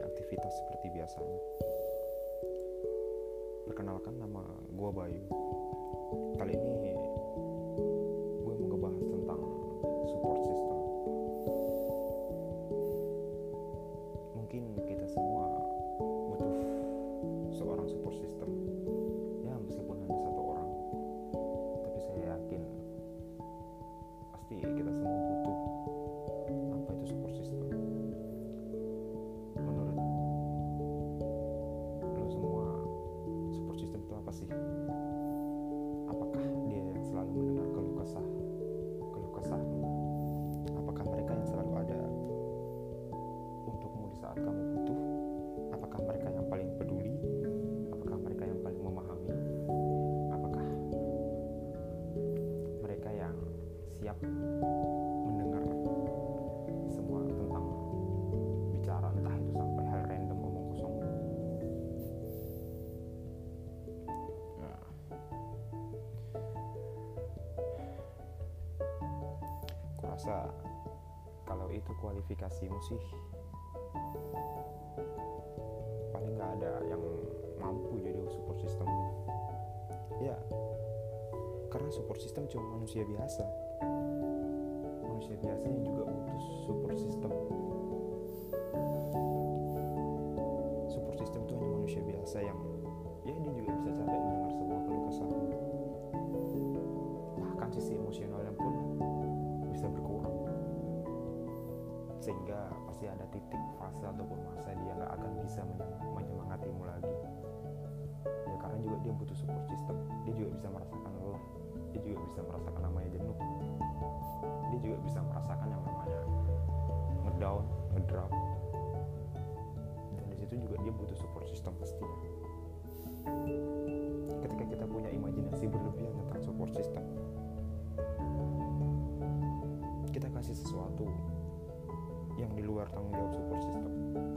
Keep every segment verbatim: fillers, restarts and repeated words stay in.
aktivitas seperti biasanya. Perkenalkan, nama gue Bayu. Kali ini gue mau ngebahas tentang support system. Mungkin kita semua butuh seorang support system. Ya, meskipun hanya satu orang, tapi saya yakin pasti kita semua butuh. Apa itu support system? Menurut lo semua, support system itu apa sih? Apakah dia yang selalu mendengar keluh kesah keluh kesahmu? Apakah mereka yang selalu ada untukmu di saat kamu butuh? Apakah mereka yang paling peduli? Apakah mereka yang paling memahami? Apakah mereka yang siap mendengar semua tentang bicara, entah itu sampai hal random, omong kosong? Nah, kurasa kalau itu kualifikasimu sih, paling nggak ada yang mampu jadi support system. Ya, karena support system cuma manusia biasa. Manusia biasa yang juga butuh support system. Support system itu hanya manusia biasa yang ya dia juga bisa capek mendengar sebuah keluh kesah. Bahkan sisi emosionalnya pun bisa berkurang, sehingga pasti ada titik fase ataupun masa dia nggak akan bisa menyemangatimu lagi. Ya karena juga dia butuh support system. Dia juga bisa merasakan lelah, dia juga bisa merasakan namanya jenuh, dia juga bisa merasakan yang namanya ngedown, ngedrop, dan di situ juga dia butuh support system pastinya. Ketika kita punya imajinasi berlebihan tentang support system, kita kasih sesuatu yang di luar tanggung jawab support system.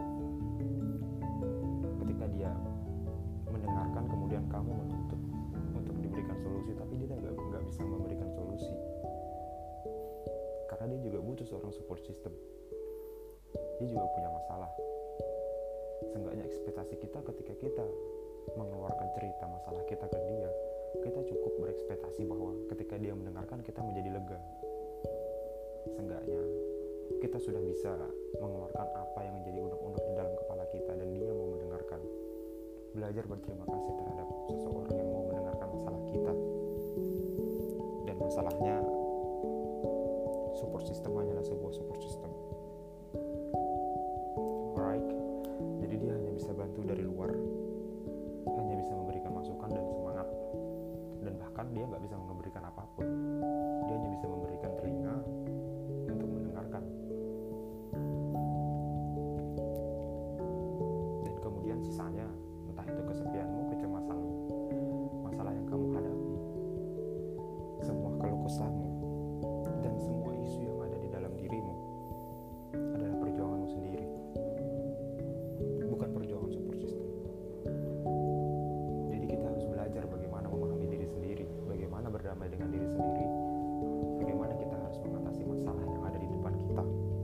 Ketika dia mendengarkan, kemudian kamu menuntut untuk diberikan solusi, tapi dia nggak nggak bisa memberikan solusi, karena dia juga butuh seorang support system. Dia juga punya masalah. Seenggaknya ekspektasi kita ketika kita mengeluarkan cerita masalah kita ke dia, kita cukup berekspektasi bahwa ketika dia mendengarkan kita menjadi lega. Seenggaknya kita sudah bisa mengeluarkan apa yang menjadi unek-unek di dalam kepala kita dan dia mau mendengarkan. Belajar berterima kasih terhadap seseorang yang mau mendengarkan masalah kita. Dan masalahnya, support system hanyalah sebuah support system. Alright, jadi dia hanya bisa bantu dari luar, hanya bisa memberikan masukan dan semangat, dan bahkan dia nggak bisa memberikan apapun. Dia hanya bisa memberikan telinga untuk mendengarkan. Dan kemudian sisanya, entah itu kesepianmu, kecemasanmu, masalah yang kamu hadapi, semua keluh kesahmu, dan semua isu yang ada di dalam dirimu adalah perjuanganmu sendiri, bukan perjuangan support system. Jadi kita harus belajar bagaimana memahami diri sendiri, bagaimana berdamai dengan diri sendiri, bagaimana kita harus mengatasi masalah yang ada di depan kita.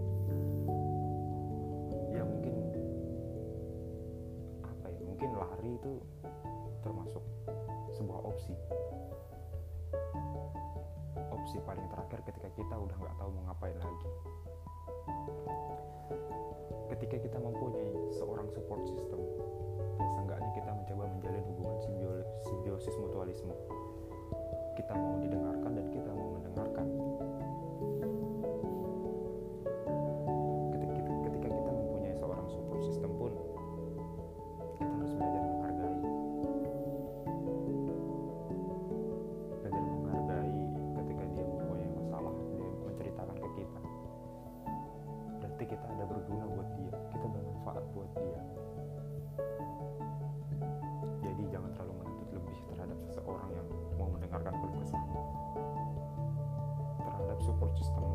Ya mungkin apa ya, mungkin lari itu termasuk sebuah opsi. Opsi paling terakhir ketika kita udah gak tahu mau ngapain lagi. Ketika kita mempunyai seorang support system, ya seenggaknya kita mencoba menjalin hubungan simbio- simbiosis mutualisme. Kita mau didengarkan dan kita mau mendengarkan. Ketika kita, ketika kita mempunyai seorang support system pun, kita harus belajar menghargai. Belajar menghargai ketika dia mempunyai masalah, dia menceritakan ke kita. Berarti kita ada berguna buat dia, kita bermanfaat buat dia. Jadi jangan terlalu menuntut lebih terhadap seseorang yang mau mendengarkan keluh kesahmu, terhadap support system.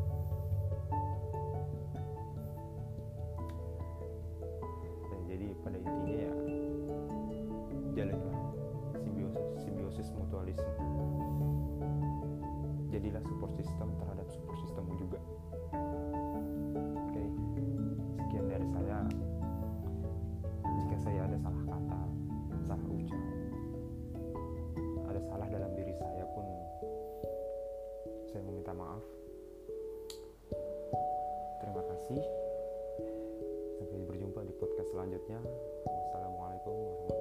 Dan jadi pada intinya ya, jalanlah simbiosis, simbiosis mutualisme. Jadilah support system terhadap support systemmu juga. Oke, sekian dari saya. kasih. Sampai berjumpa di podcast selanjutnya. Wassalamualaikum warahmatullahi wabarakatuh.